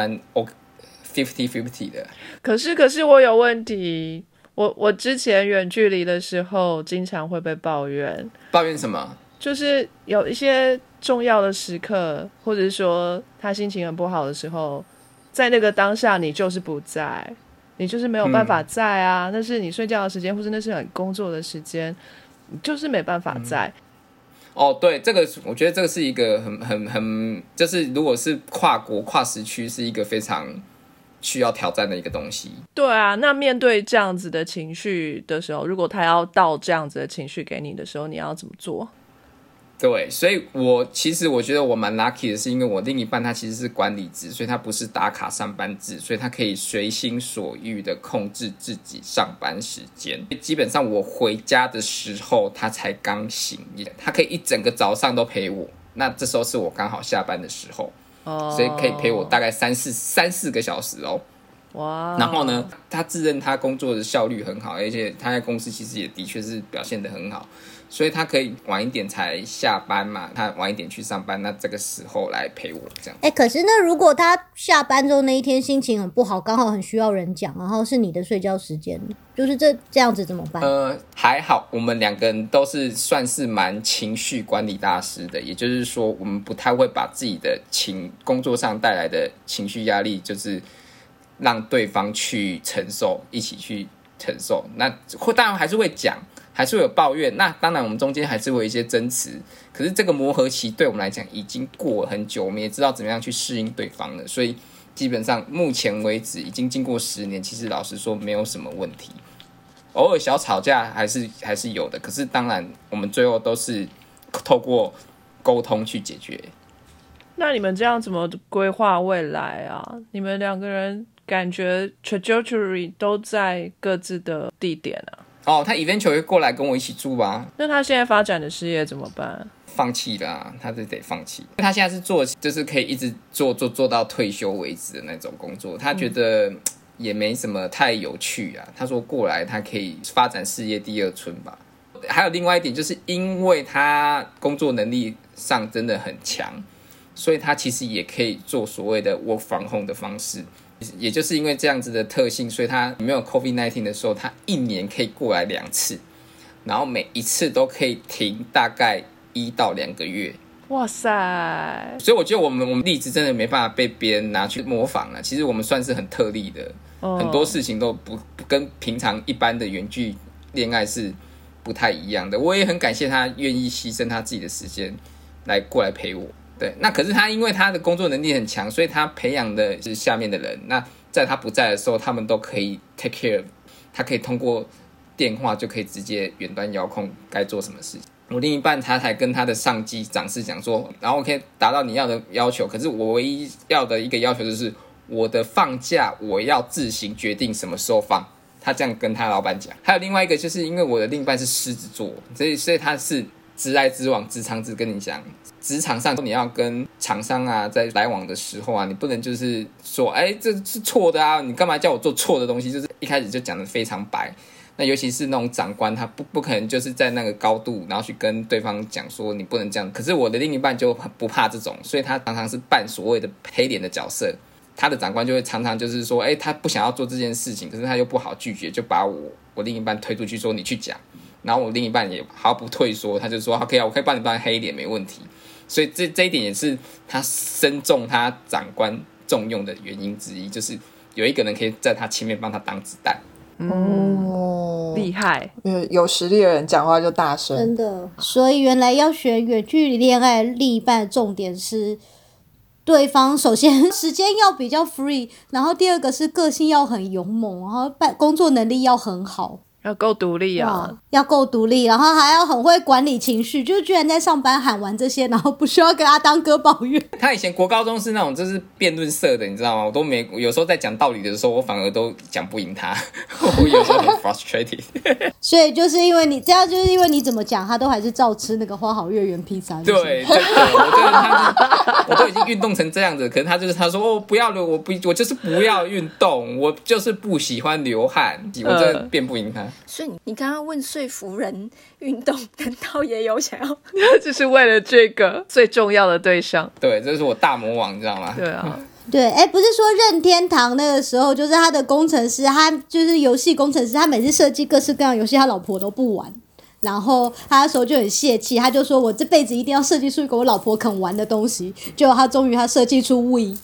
[SPEAKER 1] 50-50 的。
[SPEAKER 3] 可是我有问题，我之前远距离的时候，经常会被抱怨。
[SPEAKER 1] 抱怨什么？
[SPEAKER 3] 就是有一些重要的时刻，或者是说他心情很不好的时候，在那个当下你就是不在，你就是没有办法在啊，那是你睡觉的时间，或者那是你工作的时间，你就是没办法在。
[SPEAKER 1] 哦，对，这个我觉得这个是一个很，就是如果是跨国跨时区，是一个非常需要挑战的一个东西。
[SPEAKER 3] 对啊，那面对这样子的情绪的时候，如果他要倒这样子的情绪给你的时候，你要怎么做？
[SPEAKER 1] 对，所以其实我觉得我蛮 lucky 的是，因为我另一半他其实是管理职，所以他不是打卡上班制，所以他可以随心所欲的控制自己上班时间。基本上我回家的时候，他才刚醒，他可以一整个早上都陪我。那这时候是我刚好下班的时候，所以可以陪我大概三四个小时哦。
[SPEAKER 3] 哇！
[SPEAKER 1] 然后呢，他自认他工作的效率很好，而且他在公司其实也的确是表现得很好。所以他可以晚一点才下班嘛，他晚一点去上班，那这个时候来陪我这样。
[SPEAKER 2] 可是那如果他下班之后那一天心情很不好，刚好很需要人讲，然后是你的睡觉时间，就是这样子怎么办？
[SPEAKER 1] 还好，我们2个人都是算是蛮情绪管理大师的，也就是说，我们不太会把自己的工作上带来的情绪压力，就是让对方去承受，一起去承受。那当然还是会讲。还是会有抱怨，那当然我们中间还是会有一些争执，可是这个磨合期对我们来讲已经过了很久，我们也知道怎么样去适应对方了，所以基本上目前为止已经经过10年，其实老实说没有什么问题，偶尔小吵架还是有的，可是当然我们最后都是透过沟通去解决。
[SPEAKER 3] 那你们这样怎么规划未来啊？你们2个人感觉 trajectory 都在各自的地点啊？
[SPEAKER 1] 他 eventually 会过来跟我一起住吧。
[SPEAKER 3] 那他现在发展的事业怎么办？
[SPEAKER 1] 放弃了啊，他就得放弃。他现在是做，就是可以一直做到退休为止的那种工作。他觉得也没什么太有趣啊。他说过来，他可以发展事业第2春吧。还有另外一点，就是因为他工作能力上真的很强，所以他其实也可以做所谓的 work from home 的方式。也就是因为这样子的特性，所以他没有 COVID-19 的时候，他1年可以过来2次，然后每一次都可以停大概1到2个月。
[SPEAKER 3] 哇塞！
[SPEAKER 1] 所以我觉得我们例子真的没办法被别人拿去模仿了。其实我们算是很特例的，很多事情都不跟平常一般的远距恋爱是不太一样的。我也很感谢他愿意牺牲他自己的时间过来陪我。对，那可是他因为他的工作能力很强，所以他培养的是下面的人。那在他不在的时候，他们都可以 take care， 他可以通过电话就可以直接远端遥控该做什么事情。我另一半他才跟他的上级长事讲说，然后可以达到你要的要求，可是我唯一要的一个要求就是我的放假我要自行决定什么时候放。他这样跟他老板讲。还有另外一个就是因为我的另一半是狮子座，所以他是直来直往直肠子跟你讲，职场上你要跟厂商啊在来往的时候啊，你不能就是说这是错的啊，你干嘛叫我做错的东西，就是一开始就讲得非常白。那尤其是那种长官，他不可能就是在那个高度然后去跟对方讲说你不能这样。可是我的另一半就不怕这种，所以他常常是扮所谓的黑脸的角色。他的长官就会常常就是说他不想要做这件事情，可是他又不好拒绝，就把我另一半推出去说你去讲。然后我另一半也毫不退缩，他就说 OK 啊，我可以帮你扮黑脸没问题。所以这一点也是他深重他长官重用的原因之一，就是有一个人可以在他前面帮他挡子弹。
[SPEAKER 3] 厉害！
[SPEAKER 4] 有实力的人讲话就大声，
[SPEAKER 2] 真的。所以原来要选远距离恋爱，另一半的重点是对方首先时间要比较 free， 然后第二个是个性要很勇猛，然后工作能力要很好。
[SPEAKER 3] 要够独立啊
[SPEAKER 2] 哇，要够独立，然后还要很会管理情绪，就居然在上班喊完这些，然后不需要跟阿当哥抱怨。
[SPEAKER 1] 他以前国高中是那种就是辩论社的，你知道吗？我都没有时候在讲道理的时候，我反而都讲不赢他，我有时候很 frustrated。
[SPEAKER 2] 所以就是因为你这样，就是因为你怎么讲，他都还是照吃那个花好月圆披萨。
[SPEAKER 1] 对，真的，我都已经运动成这样子，可是他说哦不要了，我就是不要运动，我就是不喜欢流汗，我真的辩不赢他。
[SPEAKER 6] 所以你刚刚问说服人运动，难道也有想要？
[SPEAKER 3] 就是为了这个最重要的对象。
[SPEAKER 1] 对，这是我大魔王，你知道吗？
[SPEAKER 3] 对啊，
[SPEAKER 2] 对，不是说任天堂那个时候，就是他的工程师，他就是游戏工程师，他每次设计各式各样游戏，他老婆都不玩。然后他那时候就很泄气，他就说我这辈子一定要设计出一个我老婆肯玩的东西。结果他终于设计出 Wii。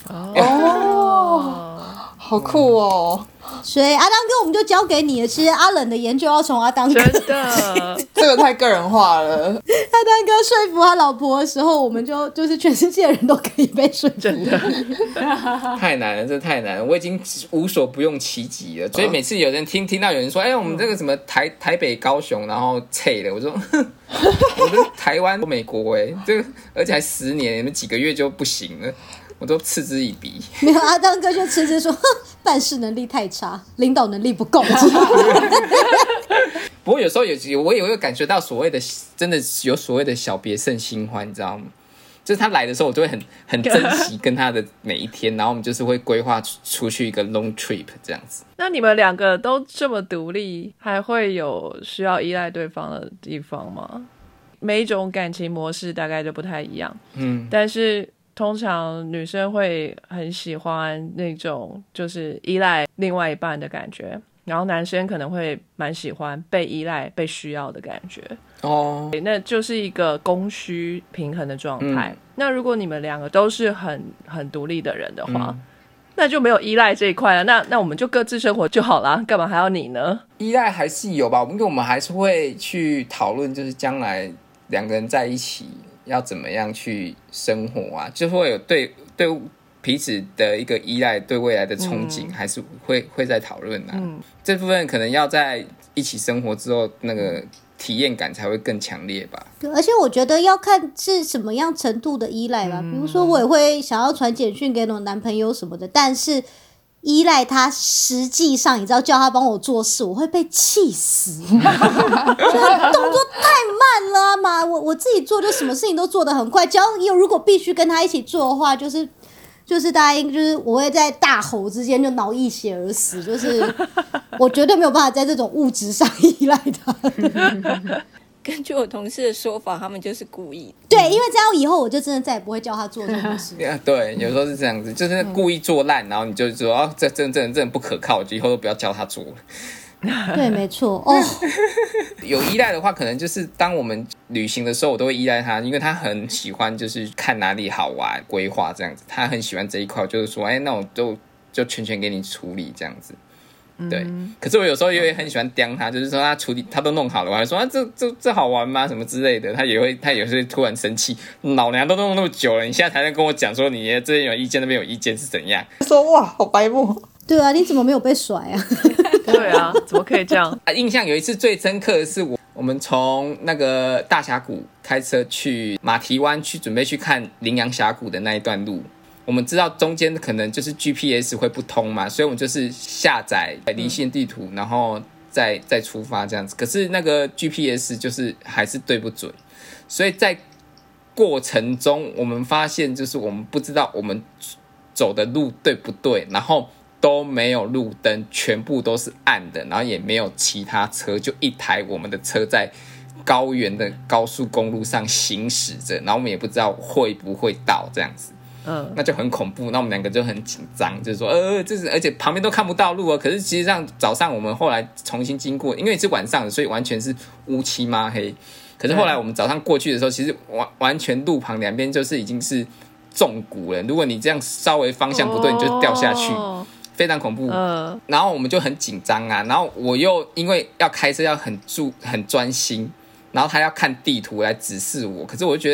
[SPEAKER 4] 好酷哦！
[SPEAKER 2] 所以阿当哥，我们就交给你了。其实阿冷的研究要从阿当哥，
[SPEAKER 3] 真的，
[SPEAKER 4] 这个太个人化了。
[SPEAKER 2] 阿当哥说服他老婆的时候，我们就是全世界人都可以被说服。
[SPEAKER 3] 真的，
[SPEAKER 1] 太难了，这太难了，我已经无所不用其极了。所以每次有人听到有人说，我们这个什么台北、高雄，然后脆了，我说，我们台湾、美国这个而且还10年，你们几个月就不行了。我都嗤之以鼻。
[SPEAKER 2] 没有，阿当哥就辞职说，办事能力太差，领导能力不够。
[SPEAKER 1] 不过有时候我也会感觉到所谓的真的有所谓的小别胜新欢，你知道吗？就是他来的时候，我就会很珍惜跟他的每一天，然后我们就是会规划出去一个 long trip 这样子。
[SPEAKER 3] 那你们两个都这么独立，还会有需要依赖对方的地方吗？每一种感情模式大概就不太一样，但是通常女生会很喜欢那种就是依赖另外一半的感觉，然后男生可能会蛮喜欢被依赖、被需要的感觉。哦，那就是一个供需平衡的状态。那如果你们两个都是很独立的人的话，那就没有依赖这一块了。那我们就各自生活就好啦，干嘛还要你呢？
[SPEAKER 1] 依赖还是有吧，因为我们还是会去讨论，就是将来两个人在一起要怎么样去生活啊，就会有对彼此的一个依赖，对未来的憧憬，还是会在讨论啊。这部分可能要在一起生活之后，那个体验感才会更强烈吧。
[SPEAKER 2] 对，而且我觉得要看是什么样程度的依赖吧。比如说，我也会想要传简讯给我男朋友什么的，但是依赖他，实际上你知道叫他帮我做事，我会被气死。动作太慢了嘛，我自己做就什么事情都做得很快，只要如果必须跟他一起做的话，就是大家就是我会在大吼之间就脑溢血而死，就是我绝对没有办法在这种物质上依赖他。
[SPEAKER 6] 根据我同事的说法，他们就是故意。
[SPEAKER 2] 对，因为这样以后我就真的再也不会叫他做这种事。
[SPEAKER 1] 对，有时候是这样子，就是故意做烂，然后你就说这真的不可靠，以后都不要叫他做了。
[SPEAKER 2] 对，没错。哦，
[SPEAKER 1] 有依赖的话，可能就是当我们旅行的时候，我都会依赖他，因为他很喜欢就是看哪里好玩、规划这样子，他很喜欢这一块，就是说，那我就全权给你处理这样子。对，可是我有时候也很喜欢刁他，就是说他处理他都弄好了，我还说这好玩吗？什么之类的，他也会突然生气，老娘都弄那么久了，你现在才能跟我讲说你这边有意见，那边有意见是怎样？
[SPEAKER 4] 说哇，好白目。
[SPEAKER 2] 对啊，你怎么没有被甩啊？
[SPEAKER 3] 对啊，怎么可以这样？
[SPEAKER 1] 印象有一次最深刻的是我们从那个大峡谷开车去马蹄湾去准备去看羚羊峡谷的那一段路。我们知道中间可能就是 GPS 会不通嘛，所以我们就是下载离线地图，然后再出发这样子。可是那个 GPS 就是还是对不准，所以在过程中我们发现就是我们不知道我们走的路对不对，然后都没有路灯，全部都是暗的，然后也没有其他车，就一台我们的车在高原的高速公路上行驶着，然后我们也不知道会不会到这样子。那就很恐怖，那我们两个就很紧张，就是说这是而且旁边都看不到路哦。可是其实上早上我们后来重新经过，因为是晚上的，所以完全是乌漆嘛黑。可是后来我们早上过去的时候，其实完全路旁两边就是已经是重谷了，如果你这样稍微方向不对，你就掉下去，非常恐怖。然后我们就很紧张啊，然后我又因为要开车要很专心，然后他要看地图来指示我，可是我就觉得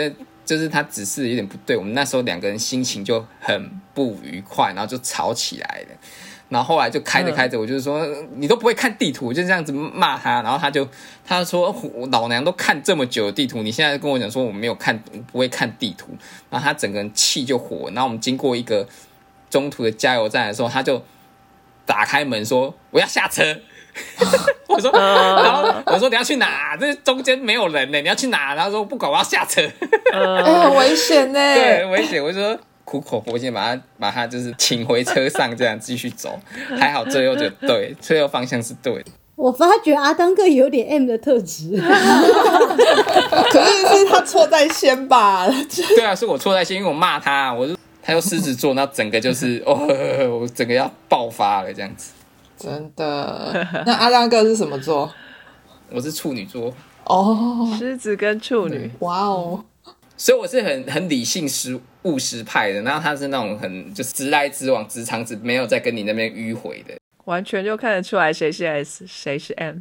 [SPEAKER 1] 就是他指示有点不对，我们那时候2个人心情就很不愉快，然后就吵起来了。然后后来就开着开着，我就是说你都不会看地图，就这样子骂他。然后他说我老娘都看这么久的地图，你现在跟我讲说我没有看，我不会看地图。然后他整个人气就火。然后我们经过一个中途的加油站的时候，他就打开门说我要下车。我说，然后我说你要去哪？这中间没有人呢，你要去哪？然后说不管，我要下车。
[SPEAKER 4] 很危险呢。
[SPEAKER 1] 对，很危险。我就说苦口婆心把他就是请回车上，这样继续走。还好最后就对，最后方向是对的。
[SPEAKER 2] 我发觉阿当哥有点 M 的特质。
[SPEAKER 4] 可是他错在先吧？
[SPEAKER 1] 对啊，是我错在先，因为我骂他，他又狮子座，那整个就是我整个要爆发了这样子。
[SPEAKER 4] 真的。那阿当哥是什么座？
[SPEAKER 1] 我是处女座。
[SPEAKER 4] 哦，
[SPEAKER 3] 狮子跟处女，
[SPEAKER 4] 哇哦！
[SPEAKER 1] 所以我是很理性务实派的，然后他是那种很就直来直往直肠子，没有在跟你那边迂回的，
[SPEAKER 3] 完全就看得出来谁是 S 谁是 M。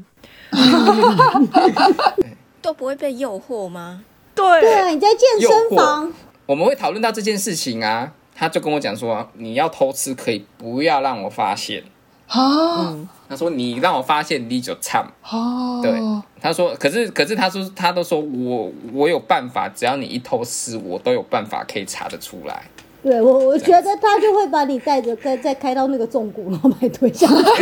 [SPEAKER 6] 都不会被诱惑吗？
[SPEAKER 2] 对啊，你在健身房，
[SPEAKER 1] 我们会讨论到这件事情啊。他就跟我讲说，你要偷吃可以不要让我发现。他说你让我发现你就惨。对，他说可是他都说我有办法，只要你一偷吃，我都有办法可以查得出来。
[SPEAKER 2] 对我觉得他就会把你带着再开到那个纵谷，然后把你推下去。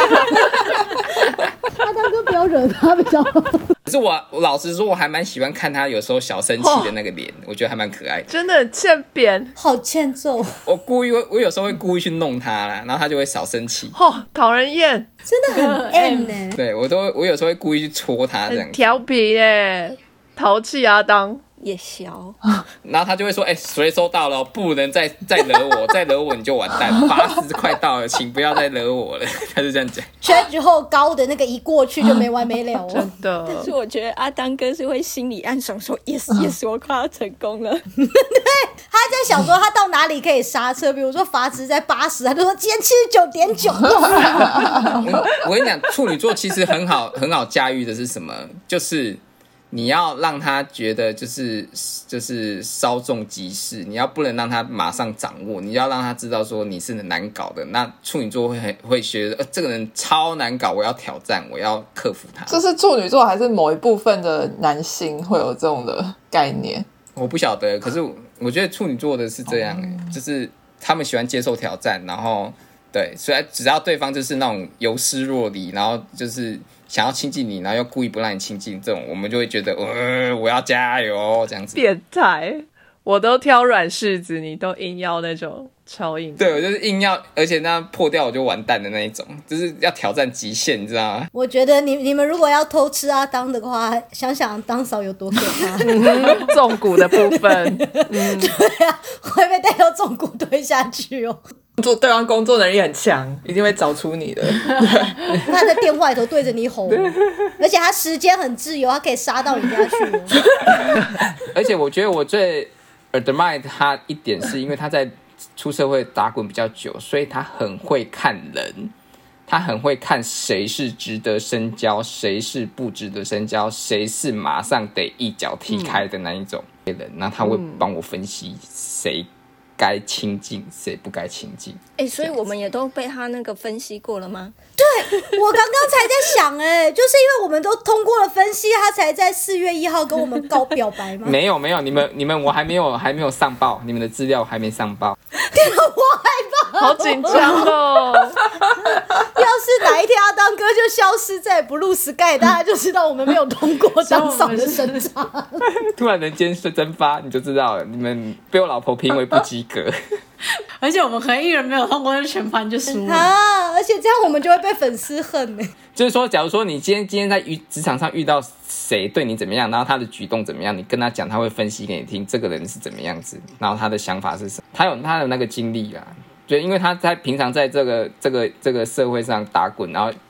[SPEAKER 2] 阿当哥不要惹他比较好。
[SPEAKER 1] 可是我老实说，我还蛮喜欢看他有时候小生气的那个脸，我觉得还蛮可爱的。
[SPEAKER 3] 真的很欠扁，
[SPEAKER 2] 好欠揍，
[SPEAKER 1] 我有时候会故意去弄他啦，然后他就会少生气。
[SPEAKER 3] 讨人厌，
[SPEAKER 2] 真的很 M 呢。
[SPEAKER 1] 对，我有时候会故意去戳他这样子。
[SPEAKER 3] 很调皮耶，淘气阿当。
[SPEAKER 6] 也小，
[SPEAKER 1] 然后他就会说：“谁收到了，不能再惹我，再惹我你就完蛋。80快到了，请不要再惹我了。”他就这样讲。
[SPEAKER 2] 圈之后高的那个一过去就没完没了哦。
[SPEAKER 3] 真的。
[SPEAKER 6] 但是我觉得阿当哥是会心里暗爽说 yes yes， 我快要成功了。
[SPEAKER 2] 对，他在想说他到哪里可以刹车，比如说阀值在80，他就说今天79.9。
[SPEAKER 1] 我跟你讲，处女座其实很好驾驭的是什么？就是你要让他觉得就是稍纵即逝，你要不能让他马上掌握，你要让他知道说你是难搞的。那处女座会觉得这个人超难搞，我要挑战，我要克服他。
[SPEAKER 4] 这是处女座还是某一部分的男性会有这种的概念？
[SPEAKER 1] 我不晓得，可是我觉得处女座的是这样就是他们喜欢接受挑战，然后对，所以只要对方就是那种由师若离，然后就是想要亲近你，然后又故意不让你亲近，这种我们就会觉得我要加油这样子。
[SPEAKER 3] 变态，我都挑软柿子，你都硬要那种超硬。
[SPEAKER 1] 对，我就是硬要，而且那破掉我就完蛋的那一种，就是要挑战极限，你知道吗？
[SPEAKER 2] 我觉得你们如果要偷吃阿当的话，想想当嫂有多可怕。
[SPEAKER 3] 纵谷的部分，
[SPEAKER 2] 对啊，会被带到纵谷推下去哦。
[SPEAKER 4] 做对方工作能力很强，一定会找出你的。
[SPEAKER 2] 他在电话里头对着你吼，而且他时间很自由，他可以杀到你家去哦。
[SPEAKER 1] 而且我觉得我最 admire 他一点是因为他在出社会打滚比较久，所以他很会看人，他很会看谁是值得深交，谁是不值得深交，谁是马上得一脚踢开的那一种人，那他会帮我分析谁该亲近，谁不该亲近。
[SPEAKER 6] 所以我们也都被他那个分析过了吗？
[SPEAKER 2] 对，我刚刚才在想，就是因为我们都通过了分析，他才在4月1号跟我们表白吗？
[SPEAKER 1] 没有，你们我还没有上报，你们的资料还没上报。
[SPEAKER 2] 天哪，我害怕，
[SPEAKER 3] 好紧张哦！
[SPEAKER 2] 要是哪一天阿当哥就消失，再也不录 Sky， 大家就知道我们没有通过当嫂的审查。
[SPEAKER 1] 突然人间是蒸发，你就知道了，你们被我老婆评为不及格。
[SPEAKER 5] 而且我们可能一人没有通过，就全盘就输了
[SPEAKER 2] 啊！而且这样我们就会被粉丝恨呢。
[SPEAKER 1] 就是说，假如说你今天在职场上遇到谁对你怎么样，然后他的举动怎么样，你跟他讲，他会分析给你听，这个人是怎么样子，然后他的想法是什么，他有他的那个经历啦。对，因为他在平常在这个社会上打滚，然后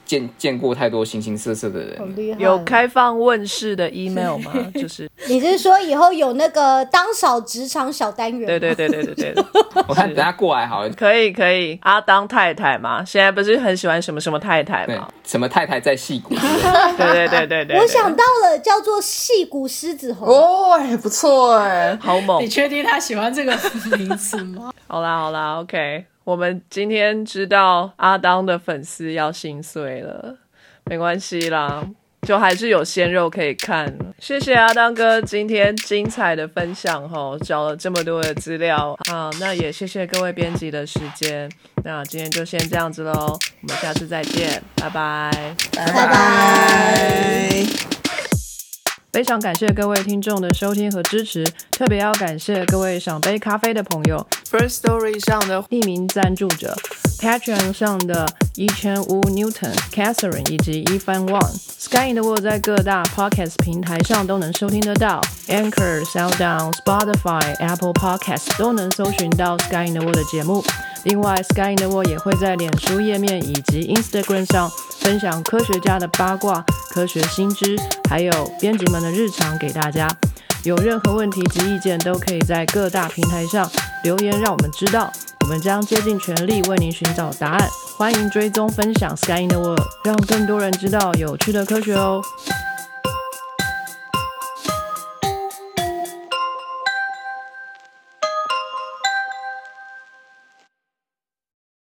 [SPEAKER 1] 见过太多形形色色的人。
[SPEAKER 2] 好厉害！
[SPEAKER 3] 有开放问世的 email 吗？就是
[SPEAKER 2] 你是说以后有那个当扫职场小单元吗？
[SPEAKER 3] 对，
[SPEAKER 1] 我看等下过来好了。
[SPEAKER 3] 可以，阿当太太嘛，现在不是很喜欢什么什么太太
[SPEAKER 1] 对
[SPEAKER 3] 嘛？，
[SPEAKER 1] 什么太太在戏骨？
[SPEAKER 3] 对，
[SPEAKER 2] 我想到了，叫做戏骨狮子猴。
[SPEAKER 4] 哦，不错哎，
[SPEAKER 3] 好猛
[SPEAKER 5] 你！确定他喜欢这个名字吗？
[SPEAKER 3] 好啦 ，OK， 我们今天知道阿当的粉丝要心碎了，没关系啦，就还是有鲜肉可以看。谢谢阿当哥今天精彩的分享吼，找了这么多的资料啊，那也谢谢各位编辑的时间。那今天就先这样子咯，我们下次再见，拜拜。
[SPEAKER 2] 拜拜。
[SPEAKER 3] 非常感谢各位听众的收听和支持，特别要感谢各位赏杯咖啡的朋友 ，First Story 上的匿名赞助者 ，Patreon 上的1500 Newton、Catherine 以及Evan Wang。Sky in the World 在各大 Podcast 平台上都能收听得到 ，Anchor、SoundOn、Spotify、Apple Podcast 都能搜寻到 Sky in the World 的节目。另外 ，Sky in the World 也会在脸书页面以及 Instagram 上分享科学家的八卦、科学新知，还有编辑们的日常给大家。有任何问题及意见，都可以在各大平台上留言，让我们知道。我们将竭尽全力为您寻找答案。欢迎追踪分享 Sky in the World， 让更多人知道有趣的科学哦。